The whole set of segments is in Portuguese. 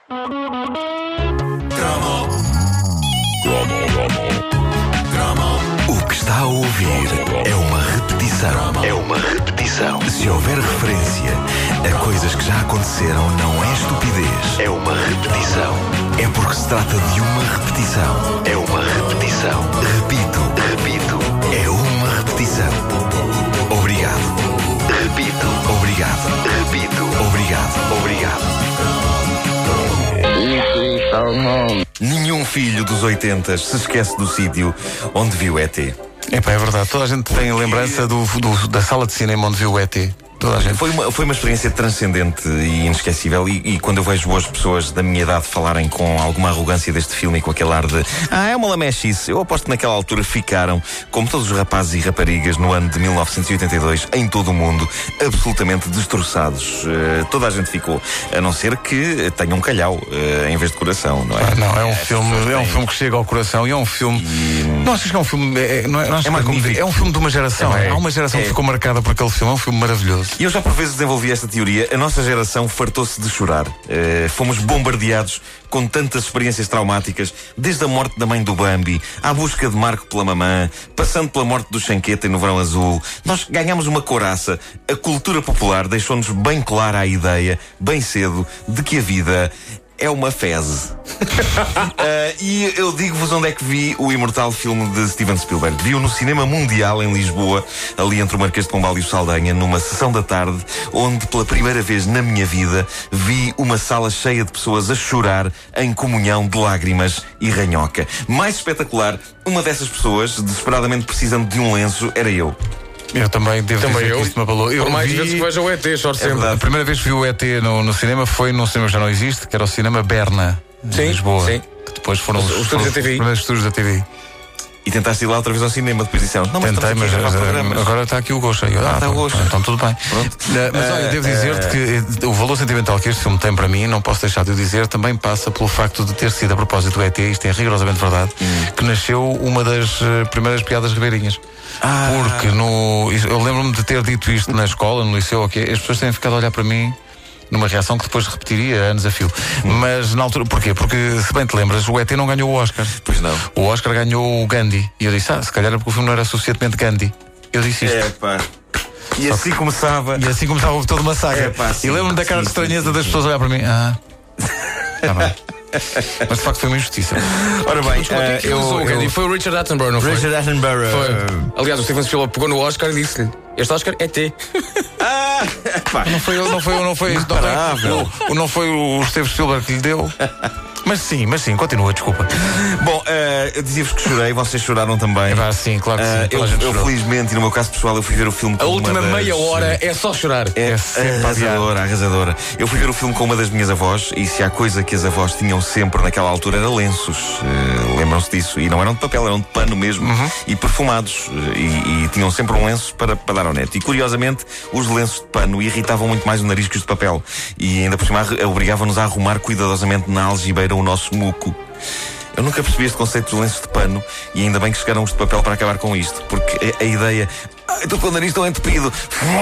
O que está a ouvir é uma repetição. É uma repetição. Se houver referência a coisas que já aconteceram, não é estupidez. É uma repetição. É porque se trata de uma repetição. É uma repetição. Repito. É uma repetição. Obrigado. Repito. Obrigado. Repito. Obrigado. Nenhum filho dos 80 se esquece do sítio onde viu ET. É verdade. Toda a gente tem lembrança da sala de cinema onde viu o ET. Toda a gente. Foi uma experiência transcendente e inesquecível. E quando eu vejo hoje pessoas da minha idade falarem com alguma arrogância deste filme e com aquele ar de é uma lamechice, eu aposto que naquela altura ficaram, como todos os rapazes e raparigas no ano de 1982, em todo o mundo, absolutamente destroçados. Toda a gente ficou, a não ser que tenha um calhau em vez de coração, não é? Não, é um filme que chega ao coração e é um filme. Não achas que é um filme. É magnífico. É um filme de uma geração. Há uma geração que ficou marcada por aquele filme. É um filme maravilhoso. E eu já por vezes desenvolvi esta teoria. A nossa geração fartou-se de chorar. Fomos bombardeados com tantas experiências traumáticas, desde a morte da mãe do Bambi, à busca de Marco pela mamã, passando pela morte do Chanqueta no Verão Azul. Nós ganhámos uma couraça. A cultura popular deixou-nos bem clara a ideia, bem cedo, de que a vida é uma fezes. E eu digo-vos onde é que vi o imortal filme de Steven Spielberg. Vi-o no Cinema Mundial em Lisboa, ali entre o Marquês de Pombal e o Saldanha, numa sessão da tarde, onde pela primeira vez na minha vida vi uma sala cheia de pessoas a chorar em comunhão de lágrimas e ranhoca. Mais espetacular, uma dessas pessoas, desesperadamente precisando de um lenço, era eu. Eu também devo dizer que isto me abalou. Por mais vezes que veja o ET, choro sempre. A primeira vez que vi o ET no cinema foi num cinema que já não existe, que era o Cinema Berna, em Lisboa. Sim. Que depois foram os primeiros estúdios da TV. E tentaste ir lá outra vez ao cinema, depois disseram, não, mas tentei, mas agora está aqui o gosto. Está o gosto. Então tudo bem. Mas olha, devo dizer-te que o valor sentimental que este filme tem para mim, não posso deixar de o dizer, também passa pelo facto de ter sido, a propósito do ET, isto é rigorosamente verdade, que nasceu uma das primeiras piadas ribeirinhas. Porque eu lembro-me de ter dito isto na escola, no liceu, as pessoas têm ficado a olhar para mim numa reação que depois repetiria anos a fio. Mas na altura, porquê? Porque, se bem te lembras, o ET não ganhou o Oscar. Pois não. O Oscar ganhou o Gandhi. E eu disse, se calhar é porque o filme não era suficientemente Gandhi. Eu disse isto. E assim começava. Toda uma saga. E lembro-me da cara de estranheza das pessoas a olhar para mim. Tá bem. Mas de facto foi uma injustiça. Ora bem, foi o Richard Attenborough, não foi? Richard Attenborough. Foi. Aliás, o Steven Spielberg pegou no Oscar e disse-lhe: este Oscar é T. Não foi o Steven Spielberg que lhe deu. Mas sim, continua, desculpa. Bom, eu dizia-vos que chorei, vocês choraram também. Sim, claro que sim. Eu felizmente, e no meu caso pessoal, eu fui ver o filme com a última meia hora é só chorar. É arrasadora. Eu fui ver o filme com uma das minhas avós, e se há coisa que as avós tinham sempre naquela altura era lenços. Lembram-se disso? E não eram de papel, eram de pano mesmo, e perfumados. E tinham sempre um lenço para dar ao neto. E curiosamente, os lenços de pano irritavam muito mais o nariz que os de papel. E ainda por cima obrigavam-nos a arrumar cuidadosamente na algibeira o nosso muco. Eu nunca percebi este conceito dos lenços de pano, e ainda bem que chegaram os de papel para acabar com isto, porque a ideia... estou com o nariz tão entupido.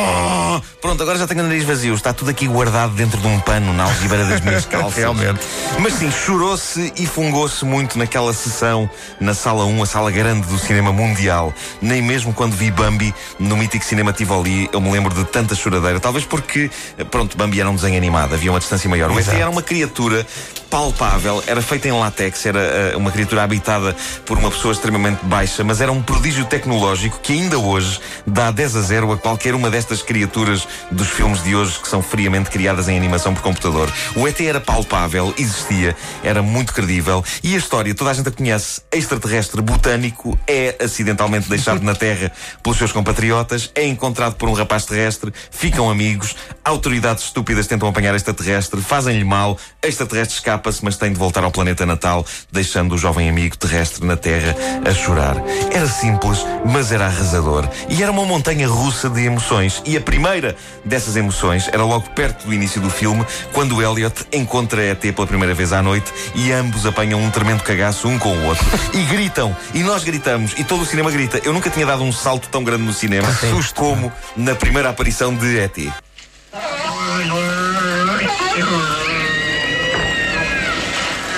Pronto, agora já tenho o nariz vazio. Está tudo aqui guardado dentro de um pano na algibeira das minhas calças. Realmente. Mas sim, chorou-se e fungou-se muito naquela sessão na Sala 1, a sala grande do Cinema Mundial. Nem mesmo quando vi Bambi no mítico Cinema Tivoli eu me lembro de tanta choradeira. Talvez porque, Bambi era um desenho animado, havia uma distância maior. O ET era uma criatura palpável, era feita em látex, era uma criatura habitada por uma pessoa extremamente baixa, mas era um prodígio tecnológico que ainda hoje dá 10-0 a qualquer uma destas criaturas dos filmes de hoje que são friamente criadas em animação por computador. O ET era palpável, existia, era muito credível, e a história toda a gente a conhece. Extraterrestre botânico, é acidentalmente deixado na Terra pelos seus compatriotas, é encontrado por um rapaz terrestre, ficam amigos, autoridades estúpidas tentam apanhar extraterrestre, fazem-lhe mal, extraterrestre escapa-se, mas tem de voltar ao planeta natal, deixando o jovem amigo terrestre na Terra a chorar. Era simples, mas era arrasador. E era uma montanha russa de emoções. E a primeira dessas emoções era logo perto do início do filme, quando o Elliot encontra ET pela primeira vez à noite e ambos apanham um tremendo cagaço um com o outro. E gritam. E nós gritamos. E todo o cinema grita. Eu nunca tinha dado um salto tão grande no cinema como na primeira aparição de ET.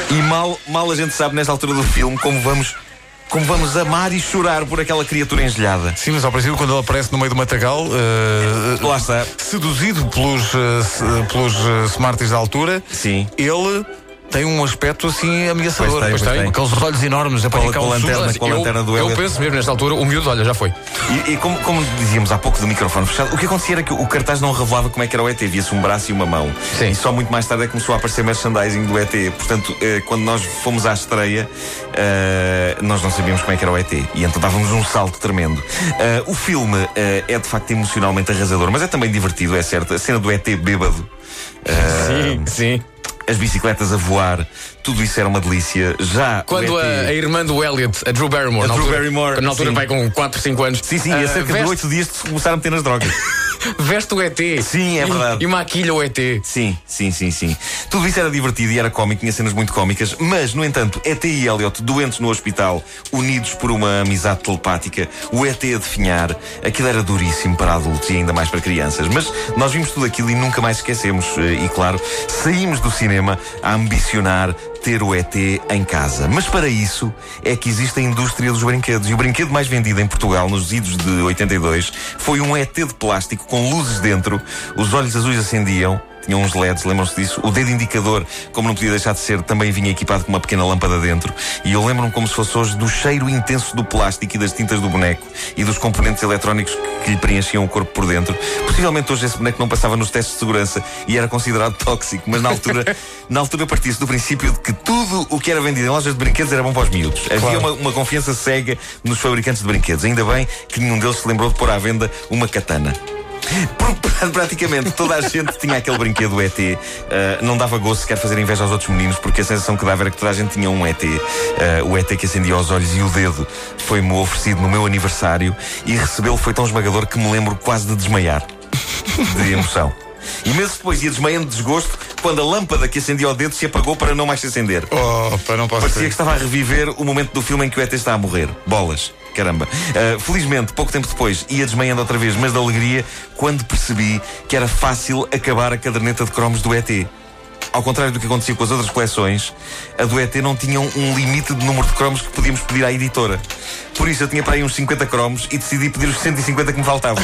E mal a gente sabe nesta altura do filme como vamos amar e chorar por aquela criatura engelhada. Sim, mas ao princípio, quando ele aparece no meio do matagal, lá está. seduzido pelos Smarties da altura, Sim. ele tem um aspecto assim ameaçador. Pois tem. Aqueles olhos enormes a Com a lanterna do Eu Elliot. penso mesmo nesta altura, o miúdo, olha, já foi. E como dizíamos há pouco do microfone fechado, o que acontecia era que o cartaz não revelava como é que era o ET. Via-se um braço e uma mão. Sim. E só muito mais tarde é que começou a aparecer merchandising do ET. Portanto, quando nós fomos à estreia, nós não sabíamos como é que era o ET. E então dávamos um salto tremendo. O filme é de facto emocionalmente arrasador, mas é também divertido, é certo. A cena do ET bêbado. Sim. As bicicletas a voar, tudo isso era uma delícia. Já Quando o ET... a irmã do Elliot, a Drew Barrymore, na altura sim. vai com 4, 5 anos. Sim, a cerca de 8 dias de se começar a meter nas drogas. Veste o ET. Sim, é verdade. E maquilha o ET. Sim. Tudo isso era divertido e era cómico, tinha cenas muito cómicas, mas, no entanto, ET e Elliot, doentes no hospital, unidos por uma amizade telepática, o ET a definhar, aquilo era duríssimo para adultos e ainda mais para crianças. Mas nós vimos tudo aquilo e nunca mais esquecemos. E, claro, saímos do cinema a ambicionar ter o ET em casa. Mas para isso é que existe a indústria dos brinquedos. E o brinquedo mais vendido em Portugal, nos idos de 82, foi um ET de plástico com luzes dentro, os olhos azuis acendiam, tinham uns LEDs, lembram-se disso? O dedo indicador, como não podia deixar de ser, também vinha equipado com uma pequena lâmpada dentro. E eu lembro-me como se fosse hoje do cheiro intenso do plástico e das tintas do boneco e dos componentes eletrónicos que lhe preenchiam o corpo por dentro. Possivelmente hoje esse boneco não passava nos testes de segurança e era considerado tóxico, mas na altura partia-se do princípio de que tudo o que era vendido em lojas de brinquedos era bom para os miúdos. Havia uma confiança cega nos fabricantes de brinquedos. Ainda bem que nenhum deles se lembrou de pôr à venda uma katana. Praticamente toda a gente tinha aquele brinquedo ET. Não dava gosto sequer fazer inveja aos outros meninos, porque a sensação que dava era que toda a gente tinha um ET. O ET que acendia os olhos e o dedo foi-me oferecido no meu aniversário e recebê-lo foi tão esmagador que me lembro quase de desmaiar de emoção. E meses depois ia desmaiando de desgosto quando a lâmpada que acendia ao dedo se apagou para não mais se acender. Não posso Parecia que estava a reviver o momento do filme em que o ET está a morrer. Bolas. Caramba. Felizmente, pouco tempo depois, ia desmaiando outra vez, mas de alegria, quando percebi que era fácil acabar a caderneta de cromos do ET. Ao contrário do que acontecia com as outras coleções, a do ET não tinha um limite de número de cromos que podíamos pedir à editora. Por isso eu tinha para aí uns 50 cromos e decidi pedir os 150 que me faltavam.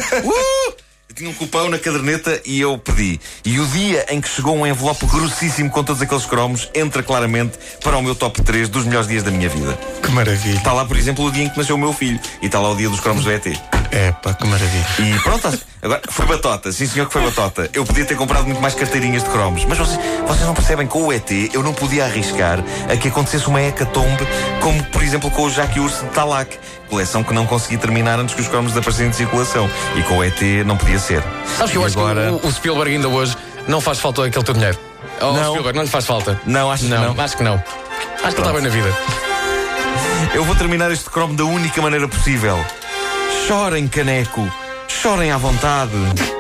Eu tinha um cupão na caderneta e eu pedi. E o dia em que chegou um envelope grossíssimo com todos aqueles cromos entra claramente para o meu top 3 dos melhores dias da minha vida. Que maravilha. Está lá, por exemplo, o dia em que nasceu o meu filho. E está lá o dia dos cromos do ET. Que maravilha. E pronto, agora foi batota. Sim, senhor, que foi batota. Eu podia ter comprado muito mais carteirinhas de cromos. Mas vocês não percebem, com o ET eu não podia arriscar a que acontecesse uma hecatombe, como por exemplo com o Jacques Urso de Talac, coleção que não consegui terminar antes que os cromos desaparecessem de circulação. E com o ET não podia ser. Sabes que eu acho que o Spielberg ainda hoje não faz falta aquele teu dinheiro. Não. Spielberg não lhe faz falta. Não, acho que não. Acho que não. Acho que ele está bem na vida. Eu vou terminar este cromo da única maneira possível. Chorem, caneco. Chorem à vontade.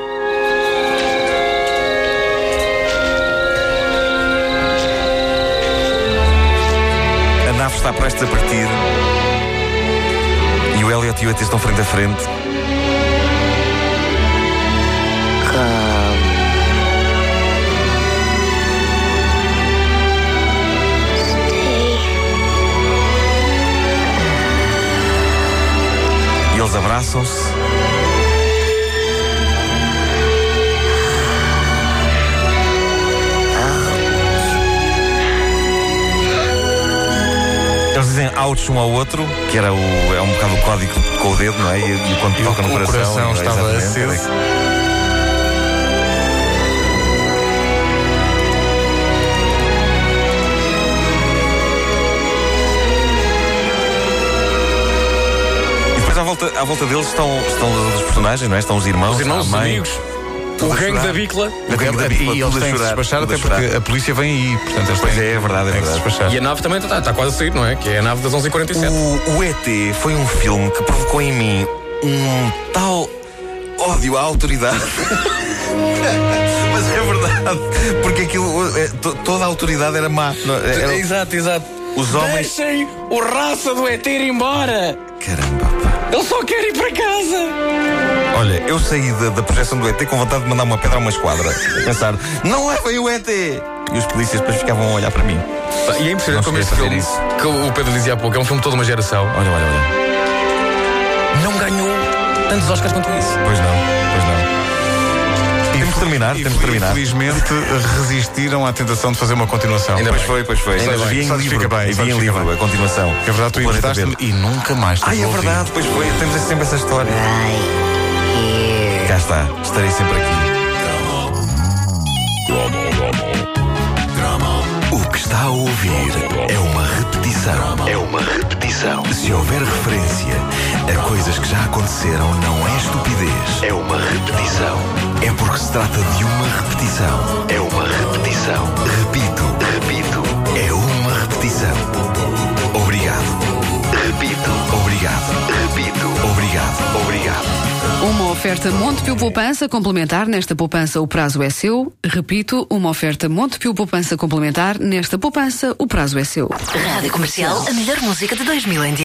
A nave está prestes a partir. E o Elliot e o ET estão frente a frente. E eles abraçam-se. Eles dizem ouch um ao outro, que era é um bocado o código com o dedo, não é? E quando toca no coração. O coração estava aceso. E depois à volta deles estão os outros personagens, não é? Estão os irmãos, os mãe, amigos. O gangue da Bicla. E eles têm que se despachar até porque a polícia vem aí. Portanto, eles pois é verdade. E a nave também está quase a sair, não é? Que é a nave das 11h47. O ET foi um filme que provocou em mim um tal ódio à autoridade. Mas é verdade. Porque aquilo, toda a autoridade era má. Exato. Os homens... Deixem o raça do ET ir embora. Caramba, pá. Ele só quer ir para casa. Olha, eu saí da projeção do ET com vontade de mandar uma pedra a uma esquadra. A pensar, não levem o ET. e os polícias depois ficavam a olhar para mim. E é impressionante como este filme, que o Pedro dizia há pouco, é um filme de toda uma geração. Olha. Não ganhou tantos Oscars quanto isso. Pois não. Temos de terminar. Infelizmente resistiram à tentação de fazer uma continuação. Pois foi. Ainda Havia bem. em livro a continuação. É verdade, tu emprestaste-me e nunca mais te é devolvi. verdade, pois foi. Temos sempre essa história. Cá está, estarei sempre aqui. O que está a ouvir é uma repetição. Se houver referência a coisas que já aconteceram, não é estupidez. É uma repetição. É porque se trata de uma repetição. É uma repetição. Repito. É uma repetição. Obrigado. Repito. Obrigado. Repito. Obrigado. Uma oferta Montepio Poupança complementar. Nesta poupança o prazo é seu. Repito, uma oferta Montepio Poupança complementar. Nesta poupança o prazo é seu. Rádio Comercial, a melhor música de 2010.